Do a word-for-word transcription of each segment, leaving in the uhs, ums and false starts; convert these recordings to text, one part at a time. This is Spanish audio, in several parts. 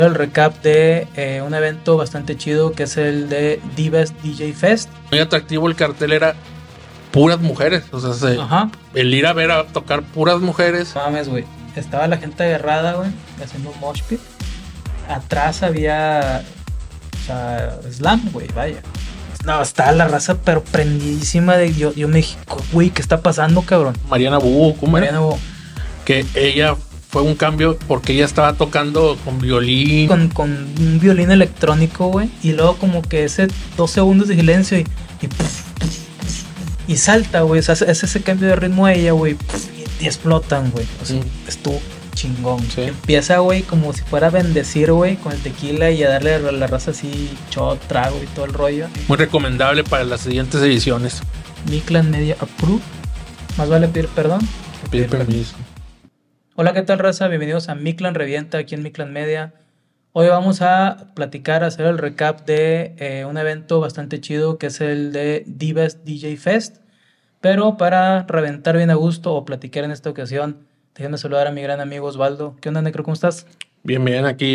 El recap de eh, un evento bastante chido que es el de Divas D J Fest. Muy atractivo, el cartel era puras mujeres, o sea, se, el ir a ver a tocar puras mujeres. No mames, güey, estaba la gente agarrada, güey, haciendo mosh pit. Atrás había, o sea, slam, güey, vaya. No, estaba la raza pero prendidísima de yo, yo me dije, güey, ¿qué está pasando, cabrón? Mariana Bu, ¿cómo Mariana Bu. Que ella fue un cambio porque ella estaba tocando con violín. Con, con un violín electrónico, güey. Y luego como que ese dos segundos de silencio y... Y, puff, puff, y salta, güey. O sea, es ese cambio de ritmo de ella, güey. Y, y explotan, güey. O sea, mm. estuvo chingón. Sí. Empieza, güey, como si fuera a bendecir, güey, con el tequila y a darle a la raza así shot, trago y todo el rollo. Muy recomendable para las siguientes ediciones. Miclan Media Approved. Más vale pedir perdón. Pedir permiso. Hola, ¿qué tal, raza? Bienvenidos a Miclan Revienta, aquí en Miclan Media. Hoy vamos a platicar, a hacer el recap de eh, un evento bastante chido que es el de Divas D J Fest. Pero para reventar bien a gusto o platicar en esta ocasión, déjenme saludar a mi gran amigo Osvaldo. ¿Qué onda, Necro? ¿Cómo estás? Bien, bien, aquí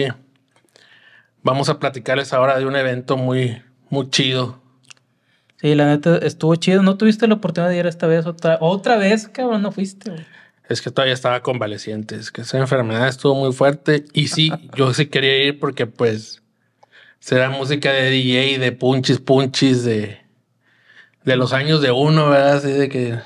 vamos a platicarles ahora de un evento muy, muy chido. Sí, la neta estuvo chido. ¿No tuviste la oportunidad de ir esta vez? Otra, otra vez, cabrón, no fuiste, güey. Es que todavía estaba convaleciente, es que esa enfermedad estuvo muy fuerte. Y sí, yo sí quería ir porque pues será música de D J, de punchis, punchis, de, de los años de uno, ¿verdad? Así de que...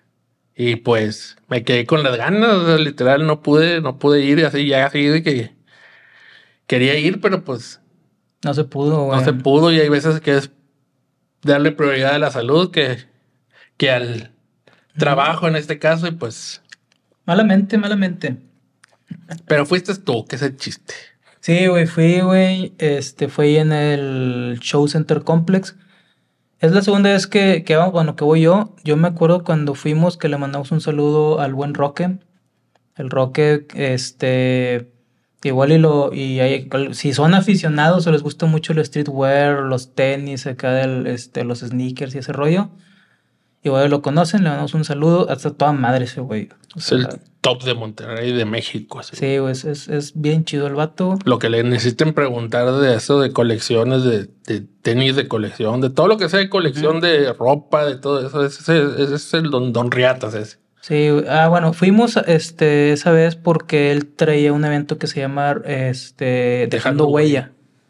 Y pues me quedé con las ganas, o sea, literal, no pude, no pude ir así, ya así de que quería ir, pero pues... No se pudo, güey. No se pudo y hay veces que es darle prioridad a la salud que, que al trabajo en este caso y pues... Malamente, malamente. Pero fuiste tú, que es el chiste. Sí, güey, fui, güey. Este, fui en el Show Center Complex. Es la segunda vez que, que, bueno, que voy yo. Yo me acuerdo cuando fuimos que le mandamos un saludo al buen Roque. El Roque, este, igual y lo, y hay, si son aficionados o les gusta mucho el streetwear, los tenis, acá del, este, los sneakers y ese rollo. Igual lo conocen, le mandamos un saludo. Hasta toda madre ese güey. O sea, es el top de Monterrey, de México. Así. Sí, güey, es, es, es bien chido el vato. Lo que le necesiten preguntar de eso, de colecciones, de, de tenis de colección, de todo lo que sea de colección, uh-huh. de ropa, de todo eso. Ese, ese es el don, don Riatas ese. Sí, ah, bueno, fuimos este, esa vez porque él traía un evento que se llama este, Dejando, Dejando Huella.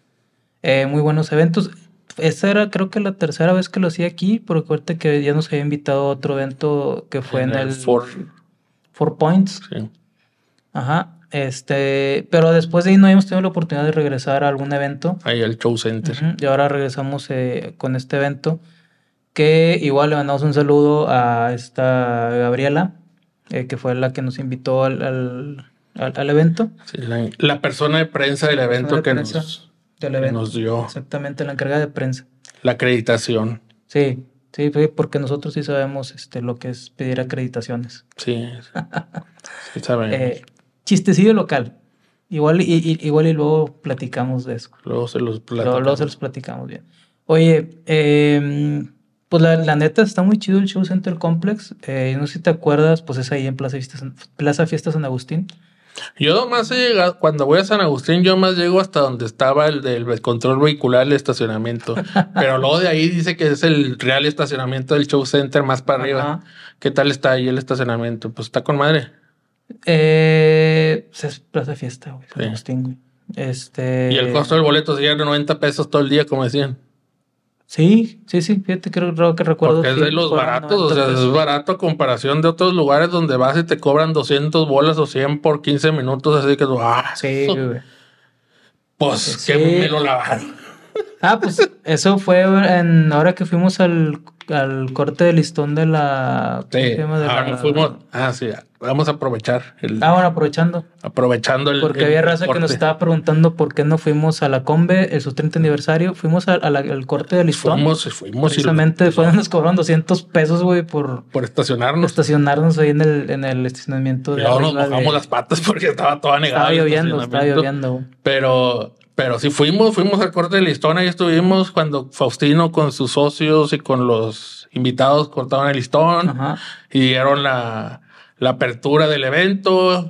Eh, muy buenos eventos. Esta era creo que la tercera vez que lo hacía aquí, porque ahorita que ya nos había invitado a otro evento que fue en, en el... Four, Four Points. Sí. Ajá. Este, pero después de ahí no habíamos tenido la oportunidad de regresar a algún evento. Ahí al Show Center. Uh-huh. Y ahora regresamos eh, con este evento, que igual le mandamos un saludo a esta Gabriela, eh, que fue la que nos invitó al, al, al, al evento. Sí, la, la persona de prensa del evento de que prensa. nos... Del evento. Nos dio exactamente, la encargada de prensa. La acreditación. Sí, sí, porque nosotros sí sabemos este, lo que es pedir acreditaciones. Sí, sí sabemos. eh, chistecillo local. Igual y, y, igual y luego platicamos de eso. Luego se los platicamos. Luego, luego se los platicamos bien. Oye, eh, pues la, la neta está muy chido el Show Center Complex. Eh, no sé si te acuerdas, pues es ahí en Plaza Fiesta, Plaza Fiesta San Agustín. Yo más he llegado, cuando voy a San Agustín, yo más llego hasta donde estaba el del el control vehicular, el estacionamiento. Pero luego de ahí dice que es el real estacionamiento del Show Center más para arriba. Ajá. ¿Qué tal está ahí el estacionamiento? Pues está con madre. Eh, es Plaza Fiesta, güey. San sí. Agustín, güey. Este... Y el costo del boleto sería de noventa pesos todo el día, como decían. Sí, sí, sí, fíjate, creo, creo que recuerdo. Porque es de los baratos, o sea, pesos. Es barato a comparación de otros lugares donde vas y te cobran doscientos bolas o cien por quince minutos, así que, ah, sí, güey. Pues, sí. Que me lo lavaron. Ah, pues, eso fue en ahora que fuimos al, al corte de listón de la... Sí, de ahora la, fuimos, ah, sí, vamos a aprovechar. El, ah, bueno, aprovechando. Aprovechando el Porque el, había raza el que nos estaba preguntando por qué no fuimos a la Combe, el su treinta aniversario. Fuimos a, a la, al corte de listón. Fuimos, fuimos. Precisamente, fue donde nos cobraron doscientos pesos, güey, por... Por estacionarnos. Estacionarnos ahí en el, en el estacionamiento. Y luego nos mojamos de... las patas porque estaba toda negada. Estaba lloviendo, estaba lloviendo, güey. Pero... Pero sí fuimos, fuimos al corte de listón, ahí estuvimos cuando Faustino con sus socios y con los invitados cortaron el listón. Ajá. Y dieron la, la apertura del evento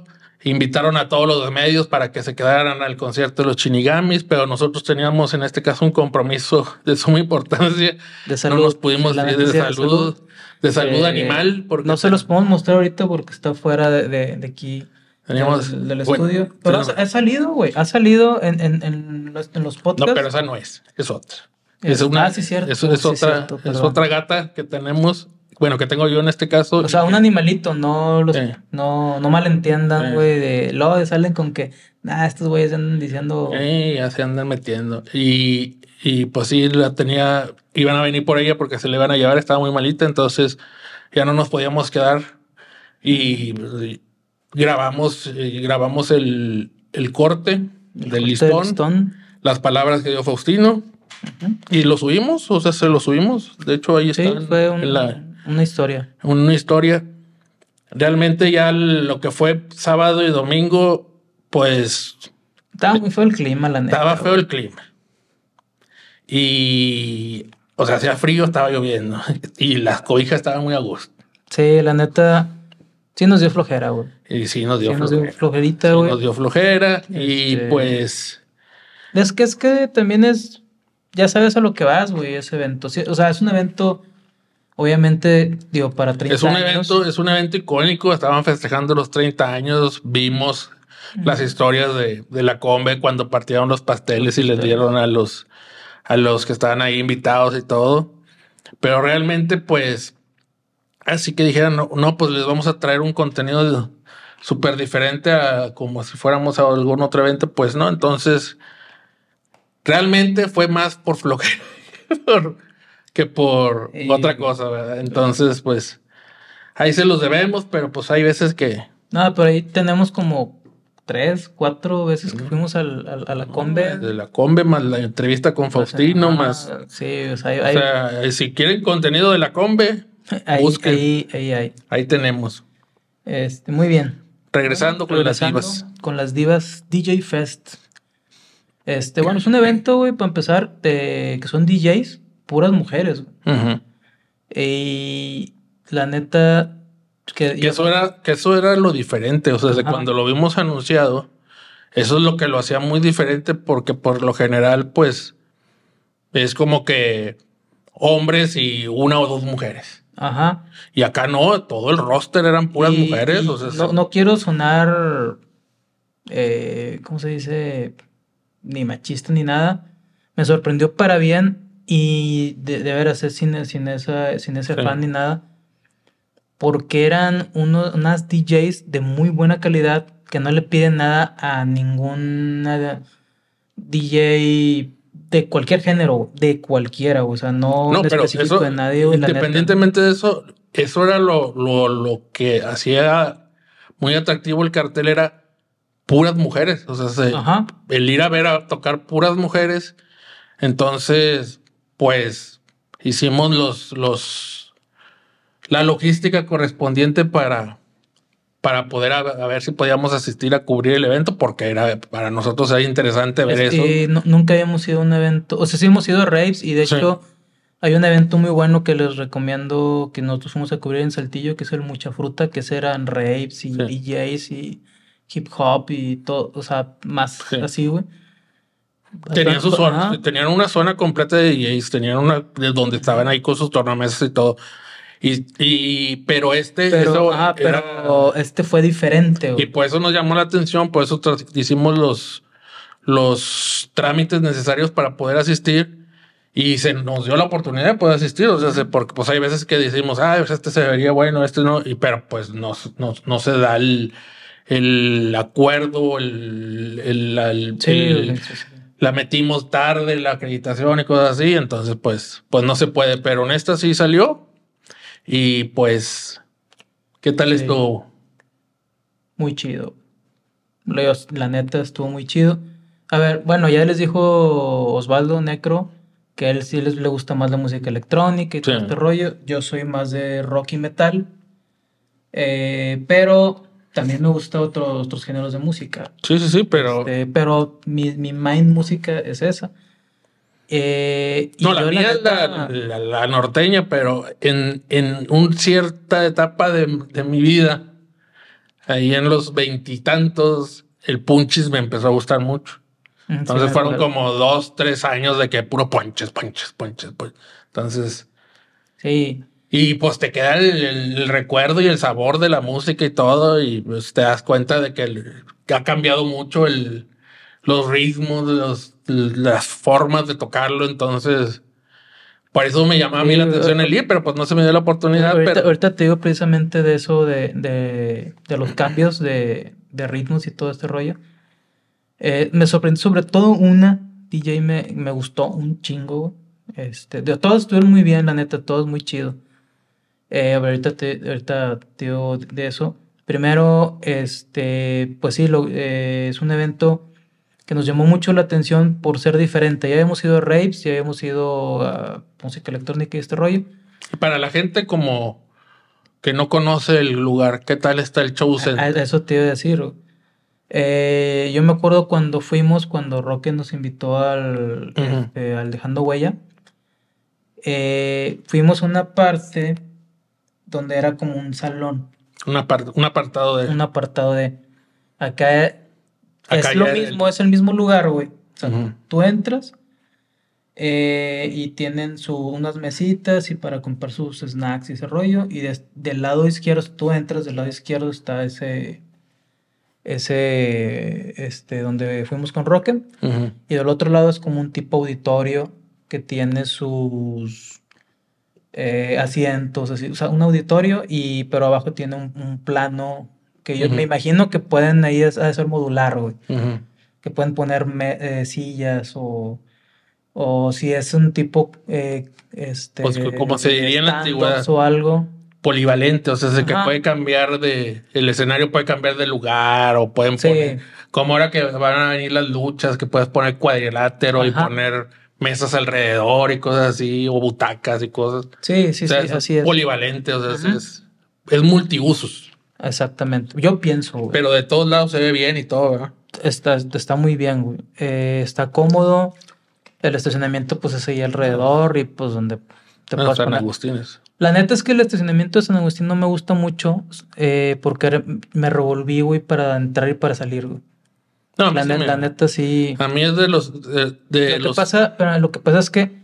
invitaron a todos los medios para que se quedaran al concierto de los Shinigamis, pero nosotros teníamos en este caso un compromiso de suma importancia. De salud. No nos pudimos Sí, la ir neta, de sí, de salud, salud. de salud Eh, animal. Porque no se los podemos mostrar ahorita porque está fuera de, de, de aquí. Teníamos, del, del bueno, estudio. Pero tenemos, ha, ha salido, güey. Ha salido en, en, en, los, en los podcasts. No, pero esa no es, es otra. Es, es una, ah, sí, cierto. Es, es sí, otra, cierto, es otra gata que tenemos. Bueno, que tengo yo en este caso. O sea, que, un animalito, no los, eh, no, no malentiendan, güey, eh, de luego salen con que, nah, estos güeyes andan diciendo. Eh, ya se andan metiendo. Y, y pues sí, la tenía, iban a venir por ella porque se le iban a llevar, estaba muy malita, entonces ya no nos podíamos quedar. Y, y grabamos, y grabamos el, el corte el del corte listón, del listón, las palabras que dio Faustino. Uh-huh. Y lo subimos, o sea, se lo subimos. De hecho, ahí sí, está. Fue un, en la, una historia. Una historia. Realmente ya lo que fue sábado y domingo, pues... Estaba muy feo el clima, la neta. Estaba feo güey. el clima. Y... O sea, hacía frío, estaba lloviendo. Y las cobijas estaban muy a gusto. Sí, la neta... Sí nos dio flojera, güey. Y sí nos dio sí flojera. Nos dio flojerita, güey. Sí nos dio flojera. Este... Y pues... Es que es que también es... Ya sabes a lo que vas, güey, ese evento. Sí, o sea, es un evento... Obviamente, digo, para treinta es un años. Evento, es un evento icónico. Estaban festejando los treinta años. Vimos mm. las historias de, de la Combe cuando partieron los pasteles y les dieron a los, a los que estaban ahí invitados y todo. Pero realmente, pues, así que dijeron, no, no pues les vamos a traer un contenido súper diferente a como si fuéramos a algún otro evento. Pues no, entonces, realmente fue más por flojera. por, que por y... otra cosa, ¿verdad? Entonces, pues, ahí se los debemos, pero pues hay veces que... No, pero ahí tenemos como tres, cuatro veces que fuimos al, al, a la Combe. De la Combe, más la entrevista con Faustino, pues, más... Ah, sí, o sea, hay, o sea hay... si quieren contenido de la Combe, ahí, busquen. Ahí, ahí, ahí. Ahí tenemos. Este, muy bien. Regresando bueno, con regresando las divas. Con las divas D J Fest. Este, bueno, es un evento, güey, para empezar, de, que son D Js. Puras mujeres. Uh-huh. Y la neta... Que, que, eso era, que eso era lo diferente. O sea, desde cuando lo vimos anunciado, eso es lo que lo hacía muy diferente porque por lo general, pues, es como que hombres y una o dos mujeres. Ajá. Y acá no, todo el roster eran puras y, mujeres. Y o sea, no, sí. no quiero sonar, eh, ¿cómo se dice? Ni machista ni nada. Me sorprendió para bien. Y de, de veras es sin, sin, esa, sin ese sí. fan ni nada. Porque eran uno, unas D Js de muy buena calidad que no le piden nada a ninguna D J de cualquier género, de cualquiera, o sea, no, no en pero específico eso, de nadie. Wey, independientemente de eso, eso era lo, lo, lo que hacía muy atractivo el cartel, era puras mujeres. O sea, se, el ir a ver a tocar puras mujeres. Entonces, pues hicimos los, los, la logística correspondiente para, para poder a, a ver si podíamos asistir a cubrir el evento, porque era para nosotros era interesante ver es eso. Que no, nunca habíamos ido a un evento, o sea, sí hemos ido a raves y de hecho sí. hay un evento muy bueno que les recomiendo que nosotros fuimos a cubrir en Saltillo, que es el Mucha Fruta, que eran raves y sí. D Js y hip hop y todo, o sea, más sí. así, güey. Tenían sus zonas, tenían una zona completa de D Js, tenían una de donde estaban ahí con sus tornamesas y todo. Y, y pero este pero, eso ah, era, pero este fue diferente. Güey. Y por eso nos llamó la atención, por eso hicimos los, los trámites necesarios para poder asistir y se nos dio la oportunidad de poder asistir. O sea, se, porque pues hay veces que decimos, ah, pues este se vería bueno, este no, y pero pues no, no, no se da el, el acuerdo, el, el, el, sí, el sí, sí. La metimos tarde, la acreditación y cosas así, entonces pues, pues no se puede, pero en esta sí salió. Y pues, ¿qué tal sí. estuvo? Muy chido. La neta estuvo muy chido. A ver, bueno, ya les dijo Osvaldo Necro que a él sí les le gusta más la música electrónica y todo sí. este rollo. Yo soy más de rock y metal. Eh, pero también me gusta otros, otros géneros de música. Sí, sí, sí, pero... Este, pero mi, mi main música es esa. Eh, no, y la mía es la, la, la, la norteña, pero en, en una cierta etapa de, de mi vida, ahí en los veintitantos, el punchis me empezó a gustar mucho. Entonces sí, fueron como dos, tres años de que puro ponches, ponches, ponches, ponches. Entonces... Sí. Y pues te queda el, el, el recuerdo y el sabor de la música y todo, y pues te das cuenta de que, el, que ha cambiado mucho el, los ritmos, los, las formas de tocarlo. Entonces, por eso me llamaba sí, a mí la atención el ir, pero pues no se me dio la oportunidad. Ahorita, pero... ahorita te digo precisamente de eso, de, de, de los cambios de, de ritmos y todo este rollo. Eh, me sorprendió sobre todo una D J, me, me gustó un chingo. Este, de, todos estuvieron muy bien, la neta, todos muy chido. Eh, ahorita te, ahorita te digo de eso. Primero, este, pues sí, lo, eh, es un evento que nos llamó mucho la atención por ser diferente. Ya habíamos ido a raves, ya habíamos ido a música electrónica y este rollo. Para la gente como que no conoce el lugar, ¿qué tal está el Show Center? A, a eso te iba a decir. Eh, yo me acuerdo cuando fuimos, cuando Roque nos invitó al, uh-huh. este, al Dejando Huella. Eh, fuimos a una parte donde era como un salón. Un, apart- un apartado de... Un apartado de... Acá, Acá es lo mismo, el... es el mismo lugar, güey. O sea, uh-huh. tú entras eh, y tienen su, unas mesitas y para comprar sus snacks y ese rollo. Y de, del lado izquierdo, tú entras, del lado izquierdo está ese... Ese... Este, donde fuimos con Roque. Uh-huh. Y del otro lado es como un tipo auditorio que tiene sus... Eh, asientos, así, o sea, un auditorio, y pero abajo tiene un, un plano que yo uh-huh. me imagino que pueden ahí hacer modular, güey. Uh-huh. Que pueden poner me, eh, sillas o, o si es un tipo, eh, este... Pues como se diría en la antigüedad. O algo. Polivalente, o sea, es que puede cambiar de... El escenario puede cambiar de lugar o pueden sí. poner... Como ahora que van a venir las luchas, que puedes poner cuadrilátero Ajá. y poner... mesas alrededor y cosas así, o butacas y cosas. Sí, sí, o sea, sí, es así es. Polivalente, o sea, es, es multiusos. Exactamente, yo pienso, güey. Pero de todos lados se ve bien y todo, ¿verdad? Está, está muy bien, güey. Eh, está cómodo. El estacionamiento, pues, es ahí alrededor y, pues, donde te no, puedas San poner. Agustín es. La neta es que el estacionamiento de San Agustín no me gusta mucho eh, porque me revolví, güey, para entrar y para salir, güey. No, la, sí ne- me... la neta sí. A mí es de los... De, de lo, los... Que pasa, pero lo que pasa es que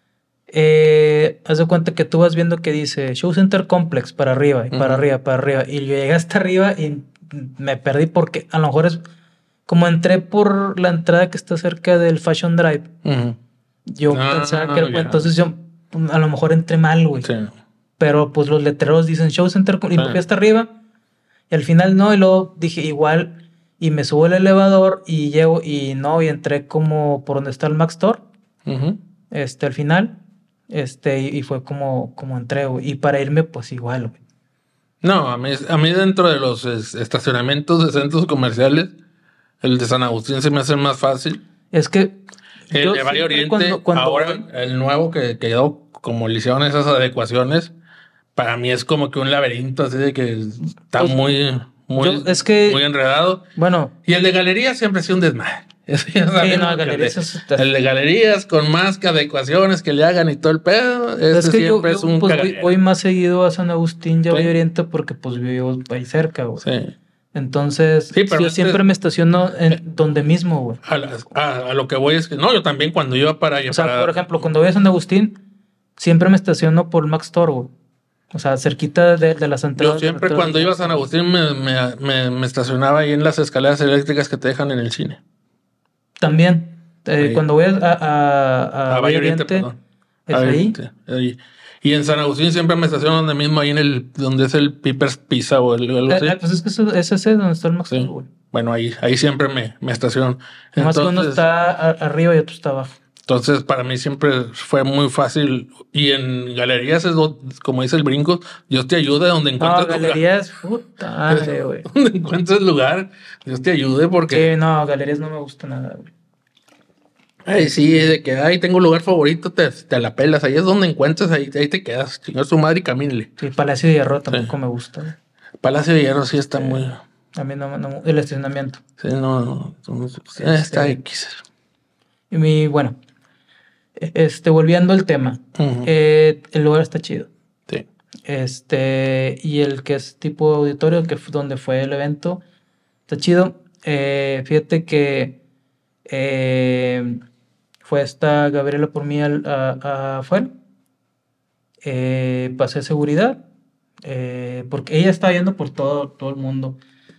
eh, haz de cuenta que tú vas viendo que dice Show Center Complex para arriba, y para uh-huh. arriba, para arriba. Y yo llegué hasta arriba y me perdí porque a lo mejor es... Como entré por la entrada que está cerca del Fashion Drive, uh-huh. yo ah, pensaba que... Yeah. Entonces yo a lo mejor entré mal, güey. Sí. Pero pues los letreros dicen Show Center Complex. Y me fui hasta arriba. Y al final no. Y luego dije igual... Y me subo al elevador y llego y no, y entré como por donde está el Mac Store. Uh-huh. Este, al final. Este, y, y fue como, como entré, güey. Y para irme, pues igual, güey. No, a mí, a mí dentro de los es, estacionamientos de centros comerciales, el de San Agustín se me hace más fácil. Es que... El de Valle Oriente, cuando, cuando ahora voy... el nuevo que quedó, como le hicieron esas adecuaciones, para mí es como que un laberinto, así de que está pues, muy... Muy, yo, es que, muy enredado. Bueno. Y el de galerías siempre ha sido un desmadre. Eso ya sí, no, galerías el, de, el de galerías con más que adecuaciones que le hagan y todo el pedo. Ese es que siempre yo, es un pues voy, voy más seguido a San Agustín y a Valle Oriente porque pues vivo ahí cerca, güey. Sí. Entonces, sí, pero yo este, siempre me estaciono en donde mismo, güey. A, a, a lo que voy es que no, yo también cuando iba para allá. O sea, para... por ejemplo, cuando voy a San Agustín, siempre me estaciono por Mac Store, güey. O sea, cerquita de, de las entradas. Yo siempre cuando iba a San Agustín me, me, me, me estacionaba ahí en las escaleras eléctricas que te dejan en el cine. También. Eh, cuando voy a, a, a, a Valle Oriente, perdón. ¿Es ahí? ahí? Y en San Agustín siempre me estaciono donde mismo, ahí en el donde es el Piper's Pizza o el, algo así. Eh, pues es que eso, es ese donde está el Max, sí. güey. Bueno, ahí, ahí siempre me, me estaciono. Más que uno está a, arriba y otro está abajo. Entonces, para mí siempre fue muy fácil. Y en galerías es donde, como dice el brinco, Dios te ayude donde encuentres lugar. No, galerías, puta madre, güey. Donde encuentres lugar, Dios te ayude porque... Sí, no, galerías no me gusta nada, güey. Ay, sí, de que, ay, tengo un lugar favorito, te, te la pelas. Ahí es donde encuentras, ahí, ahí te quedas. Chingar su madre y camínale. Sí, Palacio de Hierro tampoco sí. me gusta, güey. Palacio de Hierro sí está sí. muy... A mí no, no... El estacionamiento. Sí, no, no. no sí, está X. Y mi, bueno... Este, volviendo al tema, uh-huh. eh, el lugar está chido. Sí. Este, y el que es tipo auditorio, que fue donde fue el evento, está chido. Eh, fíjate que eh, fue esta Gabriela por mí al, a, a- afuera. Eh, pasé seguridad, eh, porque ella estaba yendo por todo, todo el mundo.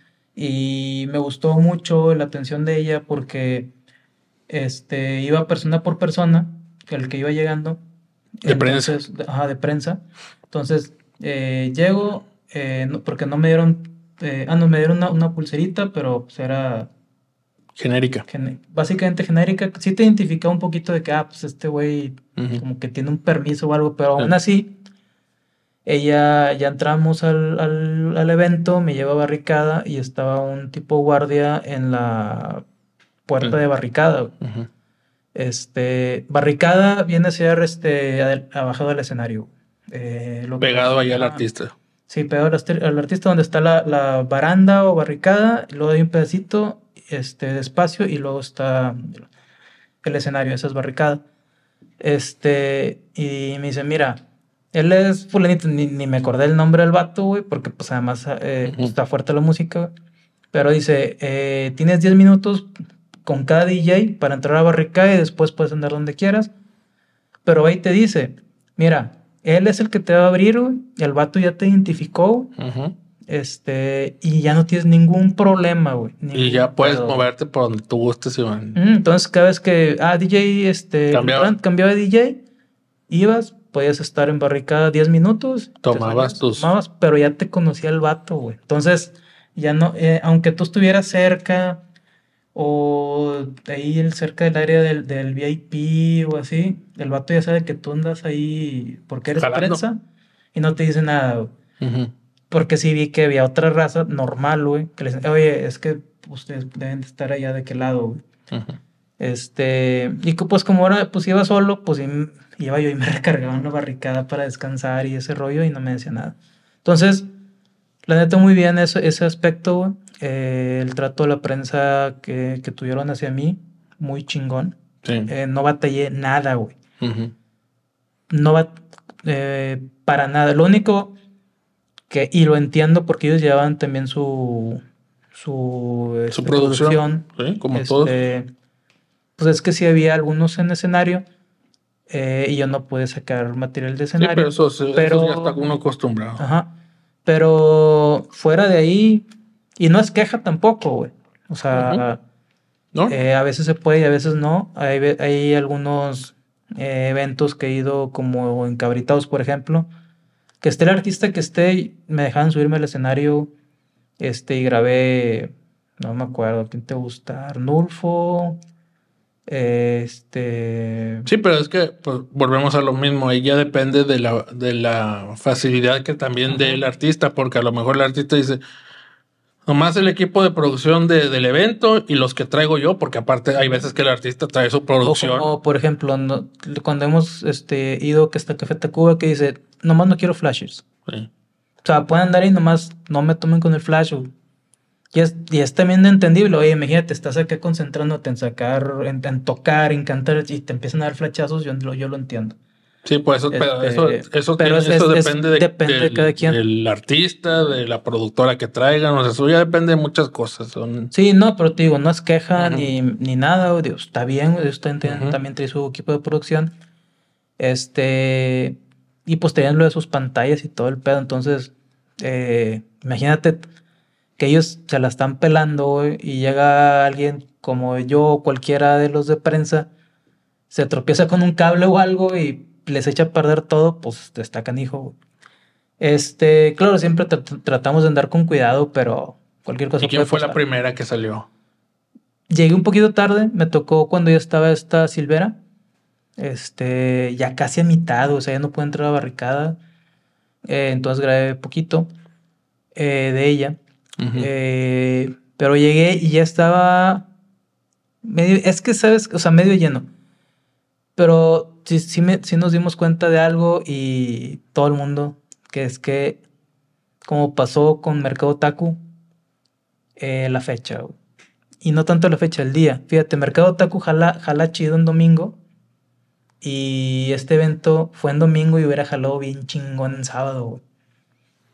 Y me gustó mucho la atención de ella porque este, iba persona por persona, que el que iba llegando. De prensa. Entonces, de- ajá, de prensa. Entonces, eh, llego, eh, no- porque no me dieron, eh, ah, no, me dieron una, una pulserita, pero pues era Genérica. gene- básicamente genérica. Sí te identificaba un poquito de que, ah, pues este güey Ujú. como que tiene un permiso o algo, pero Sí. aún así, ella, ya entramos al, al, al evento, me lleva a barricada y estaba un tipo guardia en la puerta Sí. de barricada. Ujú. Este, barricada viene a ser este, adel- abajo del escenario. Eh, lo que Pegado es- ahí al ah, artista. Sí, pegado al, asti- al artista donde está la, la baranda o barricada, y luego hay un pedacito este, de espacio y luego está el escenario, esa es barricada. Este, y me dice, mira, él es fulanito, ni, ni me acordé el nombre del vato, güey, porque pues además eh, Ujú. está fuerte la música, güey. Pero dice, eh, tienes diez minutos con cada D J para entrar a barricada y después puedes andar donde quieras. Pero ahí te dice, mira, él es el que te va a abrir, güey, y el vato ya te identificó, Ujú. este, y ya no tienes ningún problema, güey. Y ningún ya puedes pedo, güey. moverte por donde tú gustes, Iván. Mm, Entonces, cada vez que, ah, D J, este, Cambiaba. Brand cambiaba de D J, ibas, podías estar en barricada diez minutos, te Tomabas salías, tus- tomabas, pero ya te conocía el vato, güey. Entonces, ya no, eh, aunque tú estuvieras cerca o ahí el- cerca del área del, del V I P o así, el vato ya sabe que tú andas ahí porque eres Jalando. prensa y no te dice nada, güey. Ujú. Porque sí vi que había otra raza normal, güey, que les decía, oye, es que ustedes deben de estar allá de qué lado, güey. Ujú. Este, y que, pues como ahora pues iba solo, pues im- iba yo y me recargaba en la barricada para descansar y ese rollo y no me decía nada. Entonces, la neta muy bien eso, ese aspecto, güey. Eh, el trato de la prensa que, que tuvieron hacia mí, muy chingón. Sí. Eh, no batallé nada, güey. Ujú. No va eh, para nada. Lo único que, y lo entiendo porque ellos llevaban también su su, este, Su producción. Sí, como todos. Este, pues es que sí había algunos en escenario eh, y yo no pude sacar material de Sí, escenario. pero eso, eso pero- ya está uno acostumbrado. Ajá. Pero fuera de ahí, y no es queja tampoco, güey. O sea, ¿No? eh, a veces se puede y a veces no. Hay, ve- hay algunos eh, eventos que he ido como encabritados, por ejemplo. Que esté el artista que esté, y me dejaban subirme al escenario este, y grabé, no me acuerdo, ¿quién te gusta? Arnulfo, este... Sí, pero es que pues, volvemos a lo mismo. Ahí ya depende de la, de la facilidad que también dé Ajá. el artista, porque a lo mejor el artista dice, nomás el equipo de producción de- del evento y los que traigo yo, porque aparte hay veces que el artista trae su O producción. como, por ejemplo, no- cuando hemos este, ido que está Café Tacuba, que dice, nomás no quiero flashes. Sí. O sea, pueden andar ahí nomás, no me tomen con el flash. güey. Y es, y es también entendible. Oye, imagínate, estás acá concentrándote en sacar, en, en tocar, en cantar, y te empiezan a dar flashazos, yo, lo- yo lo entiendo. Sí, pues eso, pero Este, eso, eso, pero tiene- es- eso es- depende, de, depende de del, cada quien. del artista, de la productora que traigan, o sea, eso ya depende de muchas cosas. Son, Sí, no, pero te digo, no es queja Ujú. ni, ni nada, güey, digo, está bien, güey, ellos también, Ujú. también trae su equipo de producción. Este, y pues tenían lo de sus pantallas y todo el pedo, entonces, eh, imagínate que ellos se la están pelando, güey, y llega alguien como yo o cualquiera de los de prensa, se tropieza con un cable o algo y les echa a perder todo, pues está canijo, güey. Este, claro, siempre trat- tratamos de andar con cuidado, pero cualquier cosa ¿Y quién puede fue la pasar. primera que salió? Llegué un poquito tarde, me tocó cuando ya estaba esta Silvera, este, ya casi a mitad, o sea, ya no pude entrar a la barricada, eh, entonces grabé poquito eh, de ella, Ujú. eh, pero llegué y ya estaba medio, es que sabes, o sea, medio lleno, pero sí, sí, me- sí nos dimos cuenta de algo y todo el mundo, que es que como pasó con Mercado Taku, eh, la fecha, güey. Y no tanto la fecha, el día. Fíjate, Mercado Taku jala, jala chido en domingo. Y este evento fue en domingo y hubiera jalado bien chingón en sábado, güey.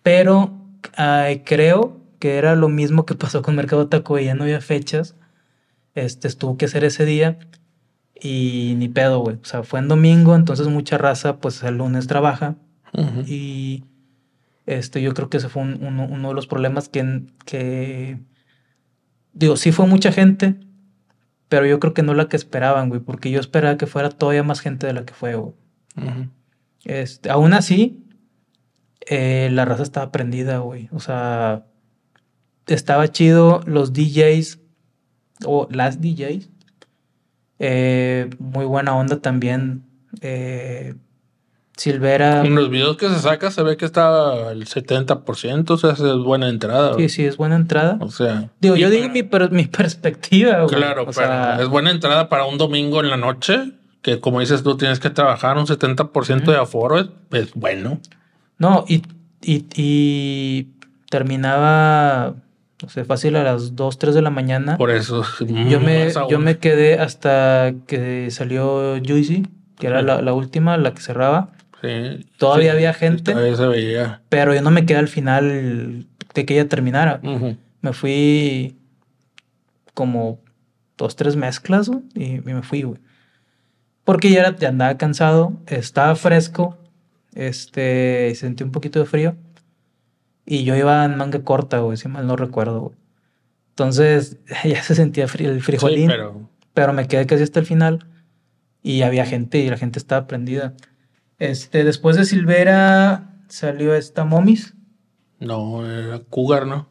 Pero ay, creo que era lo mismo que pasó con Mercado Taco, y ya no había fechas. Este, estuvo que hacer ese día y ni pedo, güey. O sea, fue en domingo, entonces mucha raza, pues el lunes trabaja. Ujú. Y este, yo creo que ese fue un- uno, uno de los problemas que, que, digo, sí fue mucha gente, pero yo creo que no la que esperaban, güey, porque yo esperaba que fuera todavía más gente de la que fue, güey. Ujú. Este, aún así, eh, la raza estaba prendida, güey. O sea, estaba chido los D Js o las D Js. Eh, muy buena onda también. Eh, Silvera, En los videos que se saca se ve que está el setenta por ciento, o sea, es buena entrada. sí, sí, es buena entrada. O sea, Digo, y yo digo para- mi, per- mi perspectiva, güey. claro, O pero sea, es buena entrada para un domingo en la noche, que como dices tú tienes que trabajar un setenta por ciento ujú. de aforo, es, es bueno. No, y, y, y terminaba, no sé, fácil a las dos tres de la mañana. Por eso, Yo más me, yo aún. me quedé hasta que salió Juicy, que era Sí, la, la última, la que cerraba. sí, Todavía sí, había sí, gente, todavía se veía. pero yo no me quedé al final de que ella terminara. Ujú. Me fui como dos, tres mezclas, güey, y, y me fui, güey. Porque ya, era, ya andaba cansado, estaba fresco, este, sentí un poquito de frío. Y yo iba en manga corta, güey, si mal no recuerdo, güey. Entonces ya se sentía fri- el Sí, frijolín, pero pero me quedé casi hasta el final y había gente y la gente estaba prendida. Este, después de Silvera salió esta Momis. no, era Cougar, ¿no?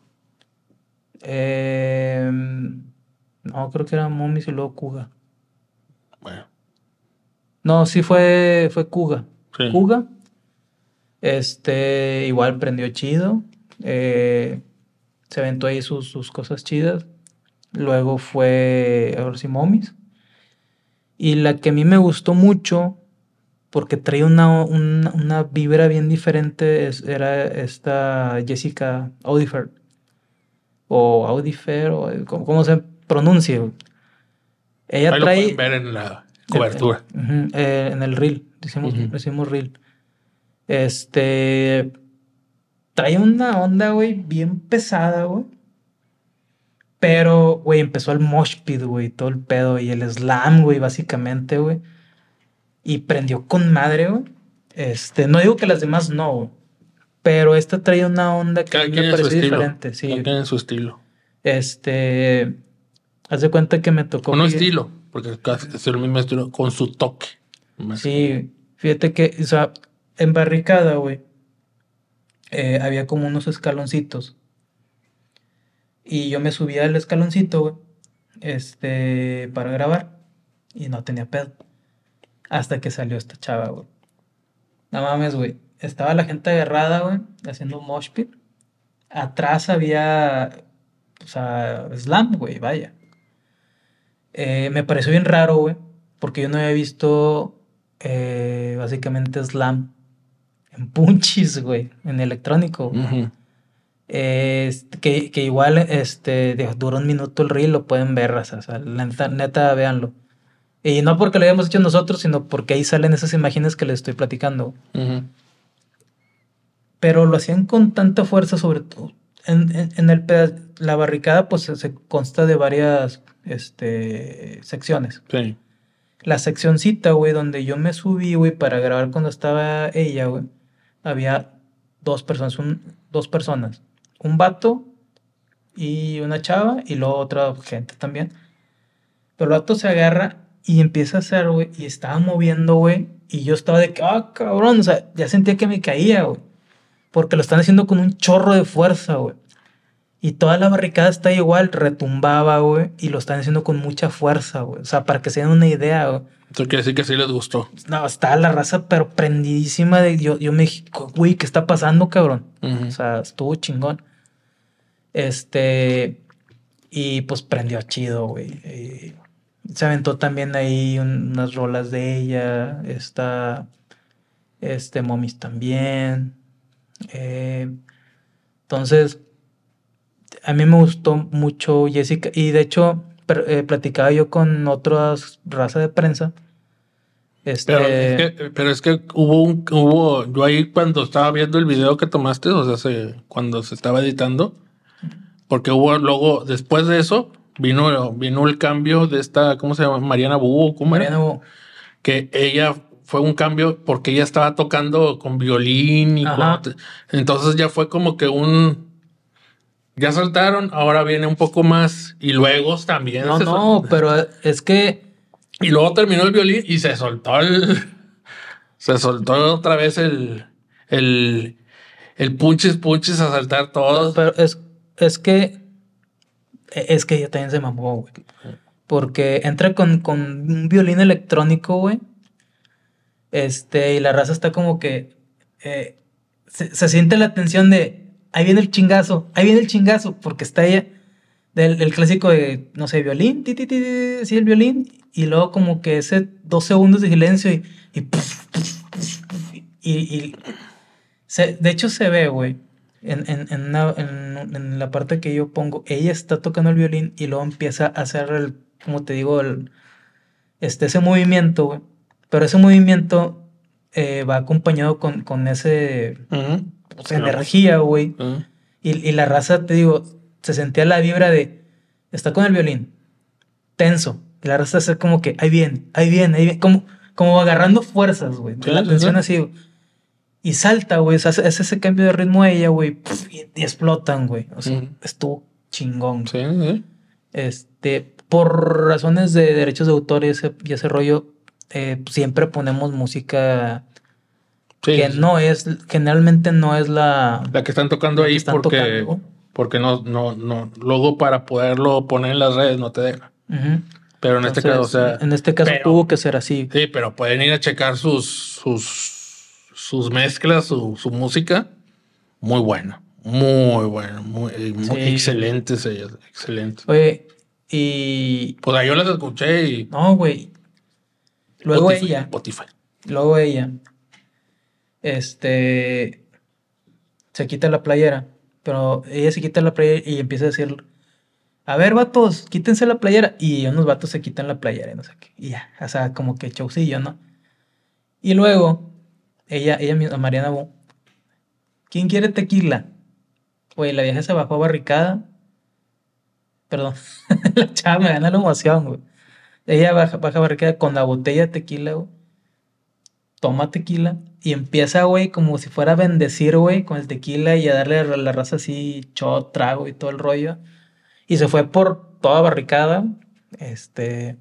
Eh, no, creo que era Momis y luego Kuga. Bueno, No, sí fue, fue Kuga. sí. Kuga. Este, igual prendió chido. Eh, se aventó ahí sus, sus cosas chidas. Luego fue, ahora sí, Momis. Y la que a mí me gustó mucho, porque traía una, una, una vibra bien diferente, es- era esta Jessica Audifer. O Audifer, o como, como se pronuncia, güey. Ella Ahí lo pueden trae. ver en la el- el- cobertura. ujú, eh, en el reel, decimos, Ujú. decimos reel. Este. Trae una onda, güey, bien pesada, güey. Pero, güey, empezó el mosh pit, güey, todo el pedo y el slam, güey, básicamente, güey. Y prendió con madre, güey. Este, no digo que las demás no, güey. Pero esta trae una onda que a Cada mí me quien en su pareció estilo. diferente, Cada sí. quien en su estilo. Este, haz de cuenta que me tocó. O no que- estilo, porque casi es el mismo estilo, con su toque. Más que- Sí, fíjate que, o sea, en barricada, güey, eh, había como unos escaloncitos. Y yo me subía al escaloncito, güey, este, para grabar. Y no tenía pedo. Hasta que salió esta chava, güey. No mames, güey. Estaba la gente agarrada, güey, haciendo un mosh pit. Atrás había, o sea, slam, güey, vaya. Eh, me pareció bien raro, güey, porque yo no había visto eh, básicamente slam en punchis, güey, en electrónico. Ujú. Eh, este, que, que igual, este, digo, duró un minuto el reel, lo pueden ver, raza, o sea, la neta, neta, véanlo. Y no porque lo hayamos hecho nosotros, sino porque ahí salen esas imágenes que les estoy platicando. Ujú. Pero lo hacían con tanta fuerza, sobre todo. En, en, en el peda- la barricada, pues se, se consta de varias este, secciones. Sí. La seccioncita, güey, donde yo me subí, güey, para grabar cuando estaba ella, güey, había dos personas, un- dos personas. Un vato y una chava, y luego otra gente también. Pero el vato se agarra y empieza a hacer, güey, y estaba moviendo, güey, y yo estaba de que, ah, cabrón, o sea, ya sentía que me caía, güey. Porque lo están haciendo con un chorro de fuerza, güey. Y toda la barricada está igual, retumbaba, güey. Y lo están haciendo con mucha fuerza, güey. O sea, para que se den una idea, güey. Eso quiere decir que sí les gustó. No, estaba la raza, pero prendidísima de. Yo, yo me dije, güey, ¿qué está pasando, cabrón? Ujú. O sea, estuvo chingón. Este. Y pues prendió chido, güey. Eh, se aventó también ahí un- unas rolas de ella. Está. Este, Momis también. Eh, entonces. A mí me gustó mucho Jessica y de hecho per- eh, platicaba yo con otras raza de prensa Este, Pero es que, pero es que hubo un, hubo, yo ahí cuando estaba viendo el video que tomaste, o sea, se- cuando se estaba editando, porque hubo luego, después de eso, vino, vino el cambio de esta, ¿cómo se llama? Mariana Bu, ¿cómo era? Mariana Bo- Que ella fue un cambio porque ella estaba tocando con violín y con, Ajá. entonces ya fue como que un, ya saltaron, ahora viene un poco más y luego también No, se no, sol- pero es que y luego terminó el violín y se soltó el, se soltó otra vez el, el, el punches punches a saltar Pe- todos. Pero es, es que es que ella también se mamó, güey. Porque entra con, con un violín electrónico, güey. Este, y la raza está como que eh, se, se siente la tensión de ahí viene el chingazo, ahí viene el chingazo, porque está ella del el clásico de, no sé, violín, ti, ti, ti, ti, sí, el violín, y luego como que ese dos segundos de silencio y, y, puf, puf, puf, puf, y, y se- de hecho se ve, güey, en, en, en, una- en- en la parte que yo pongo, ella está tocando el violín y luego empieza a hacer el, como te digo, el, este, ese movimiento, güey. Pero ese movimiento eh, va acompañado con, con ese, Ujú. pues, energía, güey. Ujú. Y, y la raza, te digo, se sentía la vibra de, está con el violín, tenso. Y la raza hace como que, ahí viene, ahí viene, ahí viene, como, como agarrando fuerzas, güey. Sí, La sí, tensión sí. así, güey. Y salta, güey. O sea, hace, hace ese cambio de ritmo a ella, güey. pf, Y, y explotan, güey. O sea, Ujú. estuvo chingón. Sí, sí. Este, por razones de derechos de autor y ese, y ese rollo, eh, siempre ponemos música Sí, que sí. no es, generalmente no es la, La que están tocando la que ahí están porque, tocando. porque no, no, no, luego para poderlo poner en las redes no te deja. Ujú. Pero en este caso, o Entonces, sea, en este caso pero, tuvo que ser así. sí, pero pueden ir a checar sus, sus, sus mezclas, su, su música. Muy bueno, muy bueno, muy, muy Sí. excelentes ellas, excelentes. Oye, y Pues ahí yo las escuché y no, güey. Luego Spotify, ella, Spotify. luego ella, este, se quita la playera, pero ella se quita la playera y empieza a decir, a ver, vatos, quítense la playera. Y unos vatos se quitan la playera y no sé qué. Y ya, o sea, como que showcillo, ¿no? Y luego, ella, ella misma, Mariana Bo, ¿quién quiere tequila? Güey, la vieja se bajó a barricada. Perdón, la chava me gana la emoción, güey. Ella baja, baja a barricada con la botella de tequila, güey. Toma tequila y empieza, güey, como si fuera a bendecir, güey, con el tequila y a darle a la raza así, shot, trago y todo el rollo. Y se fue por toda barricada, este,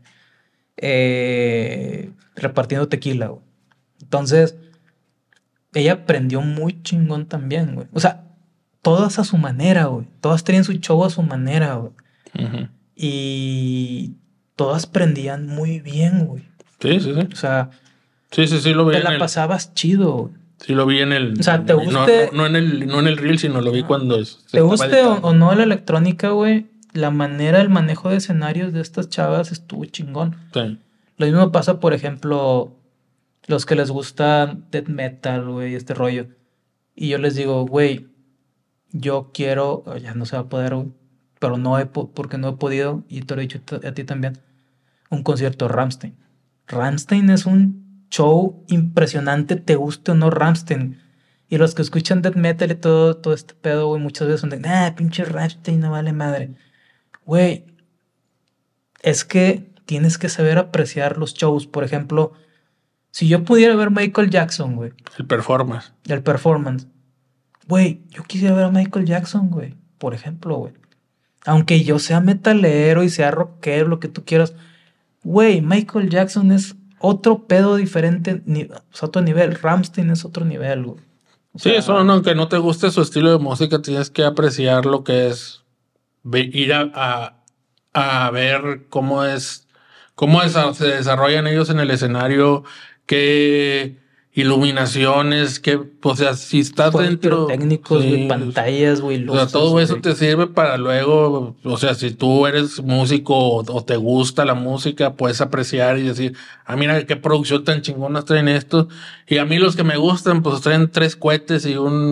eh, repartiendo tequila, güey. Entonces, ella aprendió muy chingón también, güey. O sea, todas a su manera, güey. Todas tenían su show a su manera, güey. Ujú. Y todas prendían muy bien, güey. Sí, sí, sí. O sea, Sí, sí, sí, lo vi te en la el, pasabas chido, güey. sí lo vi en el. O sea, te no, guste- no, no en el, no en el reel, sino lo vi Ah. cuando se Te estaba guste o, editando. o no la electrónica, güey, la manera, el manejo de escenarios de estas chavas estuvo chingón. Sí. Lo mismo pasa, por ejemplo, los que les gusta death metal, güey, este rollo. Y yo les digo, güey, yo quiero, oh, ya no se va a poder, güey, pero no he, po- porque no he podido, y te lo he dicho t- a ti también, un concierto de Rammstein. Rammstein es un show impresionante, te guste o no Rammstein. Y los que escuchan death metal y todo, todo este pedo, güey, muchas veces son de, ah, pinche Rammstein, no vale madre. Güey, es que tienes que saber apreciar los shows. Por ejemplo, si yo pudiera ver Michael Jackson, güey, El performance. el performance, güey, yo quisiera ver a Michael Jackson, güey, por ejemplo, güey. Aunque yo sea metalero y sea rockero, lo que tú quieras, güey, Michael Jackson es otro pedo diferente, ni, o sea, otro nivel. Rammstein es otro nivel, güey. O Sí, sea, eso no, aunque no te guste su estilo de música, tienes que apreciar lo que es ve- ir a, a, a ver cómo es, cómo desa- se desarrollan ellos en el escenario, qué iluminaciones, qué, o sea, si estás juegos dentro, pirotécnicos, güey, sí, pantallas, güey, o luces, sea, todo eso güey. te sirve para luego, o sea, si tú eres músico o, o te gusta la música, puedes apreciar y decir, ah, mira qué producción tan chingona traen estos. Y a mí los que me gustan, pues traen tres cohetes y un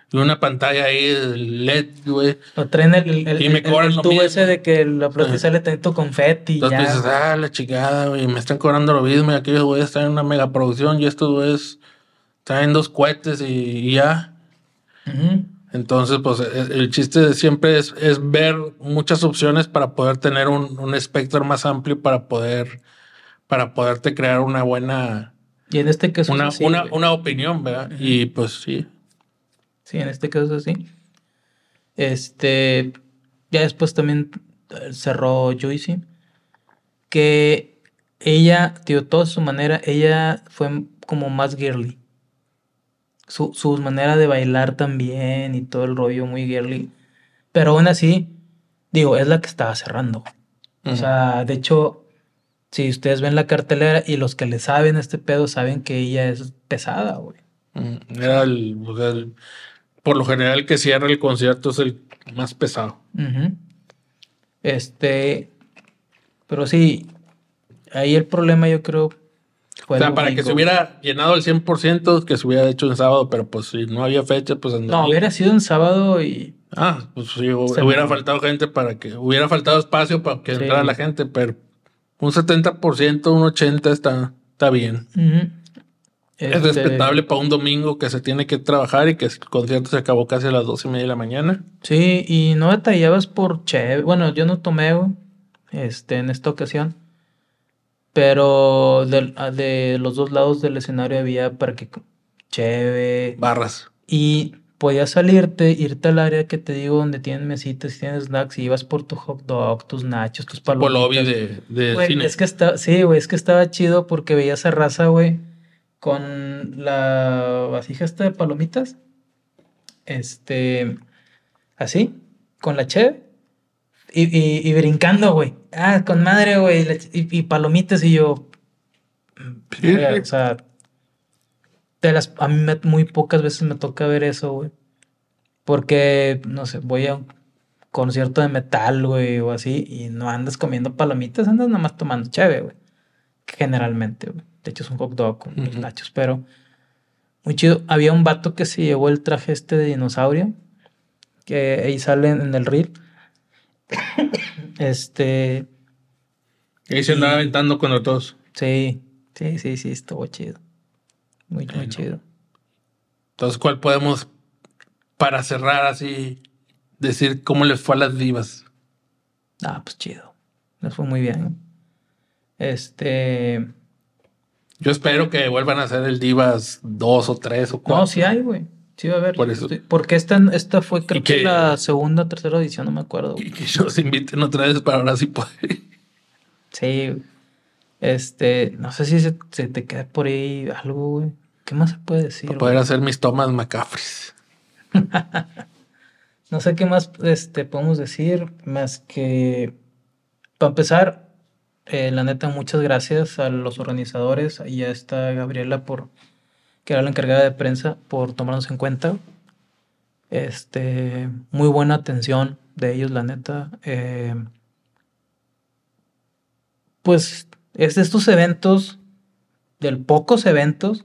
y una pantalla ahí de L E D, güey. O traen el, el, Y el, me cobran el lo tubo mismo. ese de que la flota Ajá. sale tanto confeti y Entonces ya. tú dices, ah, la chingada, güey, me están cobrando lo mismo y aquellos güeyes están en una mega producción y estos güeyes traen dos cohetes y, y ya. Ujú. Entonces, pues el, el chiste de siempre es, es ver muchas opciones para poder tener un, un espectro más amplio para poder, para poderte crear una buena, Y en este caso es una, así, una, güey. una opinión, ¿verdad? Ujú. Y pues sí. Sí, en este caso es así. Este, ya después también eh, cerró Juicy, que ella, tío, toda su manera, ella fue como más girly. Su, su manera de bailar también y todo el rollo muy girly. Pero aún así, digo, es la que estaba cerrando. O Ujú. sea, de hecho, si ustedes ven la cartelera y los que le saben este pedo saben que ella es pesada, güey. Ujú. O Era sea, el, o sea, el- por lo general el que cierra el concierto es el más pesado. ujú. Este, pero sí, ahí el problema yo creo O fue el sea, para que se domingo. hubiera llenado el cien por ciento, que se hubiera hecho en sábado, pero pues si no había fecha, pues en No, domingo. hubiera sido un sábado y Ah, pues sí, se hubiera mamó. faltado gente para que, hubiera faltado espacio para que entrara la Sí. gente, pero un setenta por ciento, un ochenta por ciento está, está bien. Ujú. Es Este, respetable para un domingo que se tiene que trabajar y que el concierto se acabó casi a las dos y media de la mañana. sí, y no batallabas por cheve. Bueno, yo no tomé, güey, este, en esta ocasión. Pero del- a- de, los dos lados del escenario había para que cheve. Barras. Y podías salirte, irte al área que te digo donde tienen mesitas y tienen snacks y ibas por tu hot dog, tus nachos, tus Tipo lobby palomitas. de, de Güey, cine. es que está, sí, güey, es que estaba chido porque veías a raza, güey, con la vasija esta de palomitas, este, así, con la cheve y, y, y brincando, güey. Ah, con madre, güey, la ch- y, y palomitas y yo, Sí, verga, sí. o sea, de las, a mí me- muy pocas veces me toca ver eso, güey. Porque, no sé, voy a un concierto de metal, güey, o así, y no andas comiendo palomitas, andas nada más tomando cheve, güey. Generalmente, güey. De hecho, es un hot dog con unos Ujú. nachos, pero muy chido. Había un vato que se llevó el traje este de dinosaurio, que ahí sale en el reel. Este, Y ahí se andaba y aventando con los dos. sí, sí, sí, sí, estuvo chido. Muy, muy Bueno. chido. Entonces, ¿cuál podemos, para cerrar así, decir cómo les fue a las divas? Ah, pues chido. Les fue muy bien. Este, Yo espero que vuelvan a hacer el Divas dos o tres o cuatro. no, sí hay, güey. Sí va a haber. Por eso. Sí, porque esta, esta fue creo Y que que- la segunda o tercera edición, no me acuerdo. Y que nos inviten otra vez para ahora sí poder. Sí, este, no sé si se, se te queda por ahí algo, güey. ¿Qué más se puede decir, Para poder güey? hacer mis tomas McCaffreys. No sé qué más este, podemos decir, más que, para empezar, eh, la neta, muchas gracias a los organizadores y a esta Gabriela por, que era la encargada de prensa, por tomarnos en cuenta. Este, muy buena atención de ellos, la neta. Eh, pues es de estos eventos, del pocos eventos,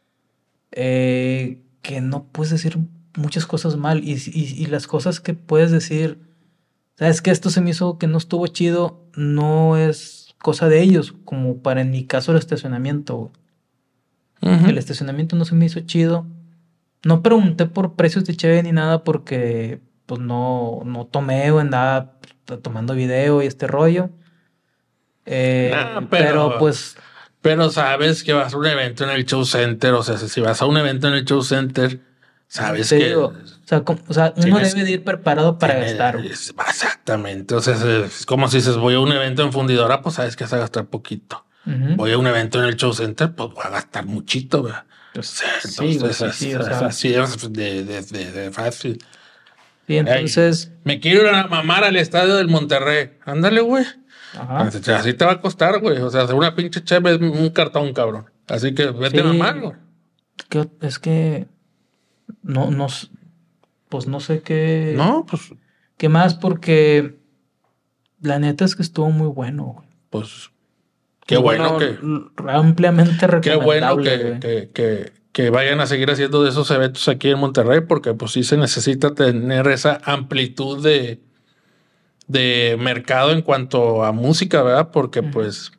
eh, que no puedes decir muchas cosas mal y, y- y las cosas que puedes decir, sabes que esto se me hizo que no estuvo chido, no es cosa de ellos, como para en mi caso el estacionamiento, güey. Ujú. El estacionamiento no se me hizo chido. No pregunté por precios de cheve ni nada porque pues no, no tomé o andaba pues, tomando video y este rollo. Eh, Nah, pero pero, pues pero sabes que vas a un evento en el Show Center. O sea, si vas a un evento en el Show Center, sabes te que digo, o sea, como- o sea, uno tienes, debe de ir preparado para tienes- gastar, güey. es- exactamente. O sea, es como si dices, voy a un evento en Fundidora, pues sabes que vas a gastar poquito. Ujú. Voy a un evento en el Show Center, pues voy a gastar muchito, ¿verdad? Pues, O sea, sí, güey, entonces, sí, sí, es, o es sea, así es de, de- de- de fácil. sí, Ey, entonces, me quiero ir a mamar al estadio del Monterrey. Ándale, güey. ajá, Así así te va a costar, güey. O sea, hacer una pinche cheve es un cartón, cabrón. Así que vete a sí, mamar, güey. que- es que no, no, s- pues no sé qué, No, pues, qué más porque la neta es que estuvo muy bueno, güey. pues, qué Muy bueno que, l- ampliamente qué bueno recomendable, que, güey. que, que, que vayan a seguir haciendo de esos eventos aquí en Monterrey, porque pues sí se necesita tener esa amplitud de, de mercado en cuanto a música, ¿verdad? Porque uh-huh. pues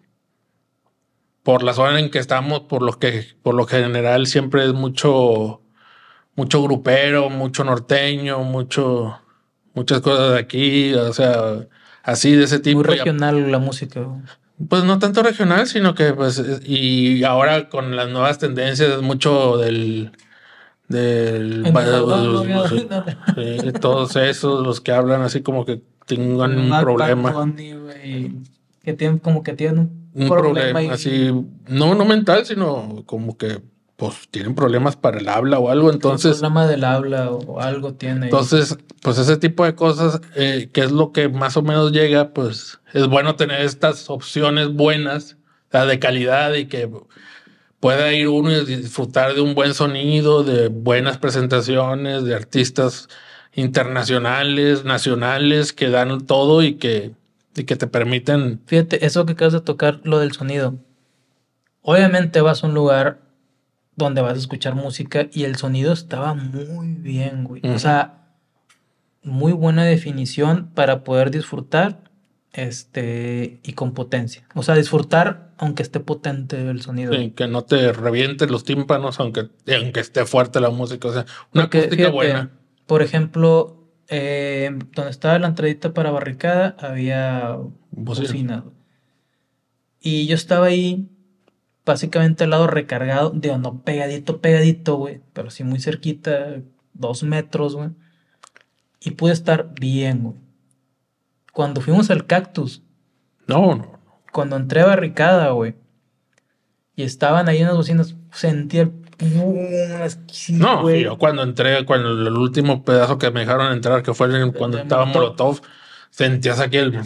por la zona en que estamos, por lo que por lo general siempre es mucho, mucho grupero, mucho norteño, mucho, muchas cosas de aquí, o sea, así de ese tipo. Muy regional la música. Pues no tanto regional, sino que pues, y ahora con las nuevas tendencias es mucho del, del, sí, sí, todos esos, los que hablan así como que tengan un Bad problema. Bunny, wey, que tienen como que tienen un, un problema, problema y... así, no, no mental, sino como que pues tienen problemas para el habla o algo, entonces... Un problema del habla o algo tiene. Entonces, pues ese tipo de cosas, eh, que es lo que más o menos llega, pues es bueno tener estas opciones buenas, o sea, de calidad y que pueda ir uno y disfrutar de un buen sonido, de buenas presentaciones, de artistas internacionales, nacionales, que dan todo y que, y que te permiten... Fíjate, eso que acabas de tocar, lo del sonido. Obviamente vas a un lugar donde vas a escuchar música y el sonido estaba muy bien, güey. Uh-huh. O sea, muy buena definición para poder disfrutar este y con potencia. O sea, disfrutar aunque esté potente el sonido. Sí, que no te revientes los tímpanos aunque, aunque esté fuerte la música. O sea, una Porque, acústica fíjate, buena. Por ejemplo, eh, donde estaba la entradita para barricada había bocina. Y yo estaba ahí básicamente al lado recargado, digo, no pegadito, pegadito, güey, pero sí muy cerquita, dos metros, güey. Y pude estar bien, güey. Cuando fuimos al Cactus. No, no. Cuando entré a barricada, güey. Y estaban ahí unas bocinas, sentí el... Sí, no, güey. Yo cuando entré, cuando el último pedazo que me dejaron entrar, que fue el, cuando el estaba Molotov, Molotov, sentías aquí el...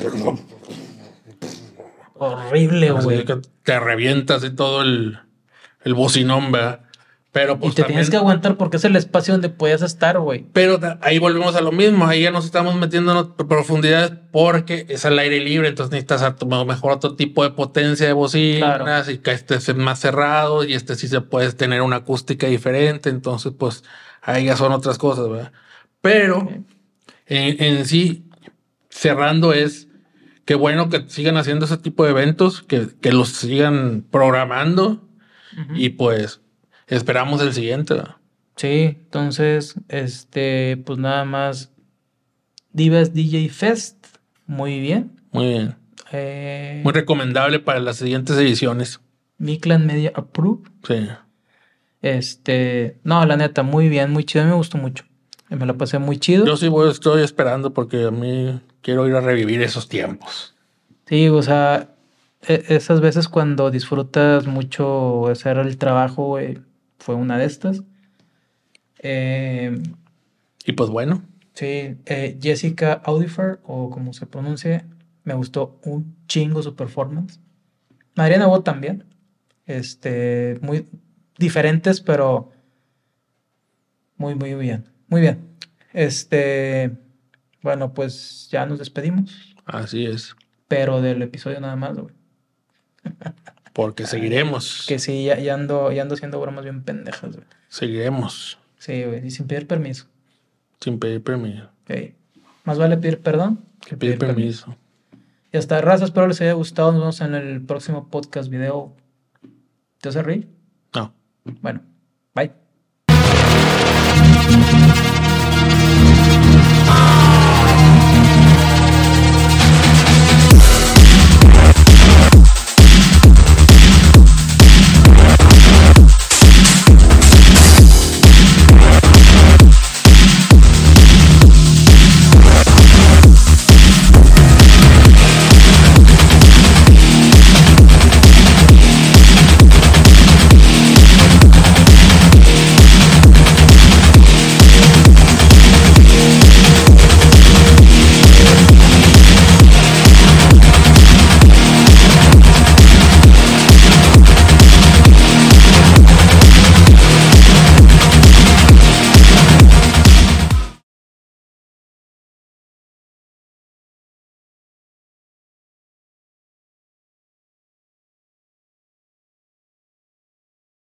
Horrible, güey. Que te revientas y todo el, el bocinón, ¿verdad? Pero pues y te también, tienes que aguantar porque es el espacio donde podías estar, güey. Pero ahí volvemos a lo mismo. Ahí ya nos estamos metiendo en profundidades porque es al aire libre. Entonces necesitas mejor otro tipo de potencia de bocinas, claro. Y que este es más cerrado y este sí se puede tener una acústica diferente. Entonces, pues ahí ya son otras cosas, ¿verdad? Pero okay. en, en sí, cerrando es qué bueno que sigan haciendo ese tipo de eventos, que, que los sigan programando uh-huh. Y pues esperamos el siguiente, ¿verdad? Sí, entonces, este, pues nada más. Divas D J Fest, muy bien. Muy bien. Eh, muy recomendable para las siguientes ediciones. Miclan Media Approve. Sí. Este, no, la neta, muy bien, muy chido, me gustó mucho. Me la pasé muy chido. Yo sí voy, estoy esperando porque a mí quiero ir a revivir esos tiempos. Sí, o sea, esas veces cuando disfrutas mucho hacer el trabajo, güey, fue una de estas. Eh, y pues bueno. Sí, eh, Jessica Audifer, o como se pronuncie, me gustó un chingo su performance. Mariana Bo también. Este, muy diferentes, pero muy, muy bien. Muy bien. Este, bueno, pues ya nos despedimos. Así es. Pero del episodio nada más, güey. Porque seguiremos. Que sí, ya, ya, ando, ya ando haciendo bromas bien pendejas, güey. Seguiremos. Sí, güey, y sin pedir permiso. Sin pedir permiso. Okay. Más vale pedir perdón que pedir, pedir permiso. permiso. Y hasta raza, espero les haya gustado. Nos vemos en el próximo podcast video. ¿Te hace reír? No. Bueno, bye.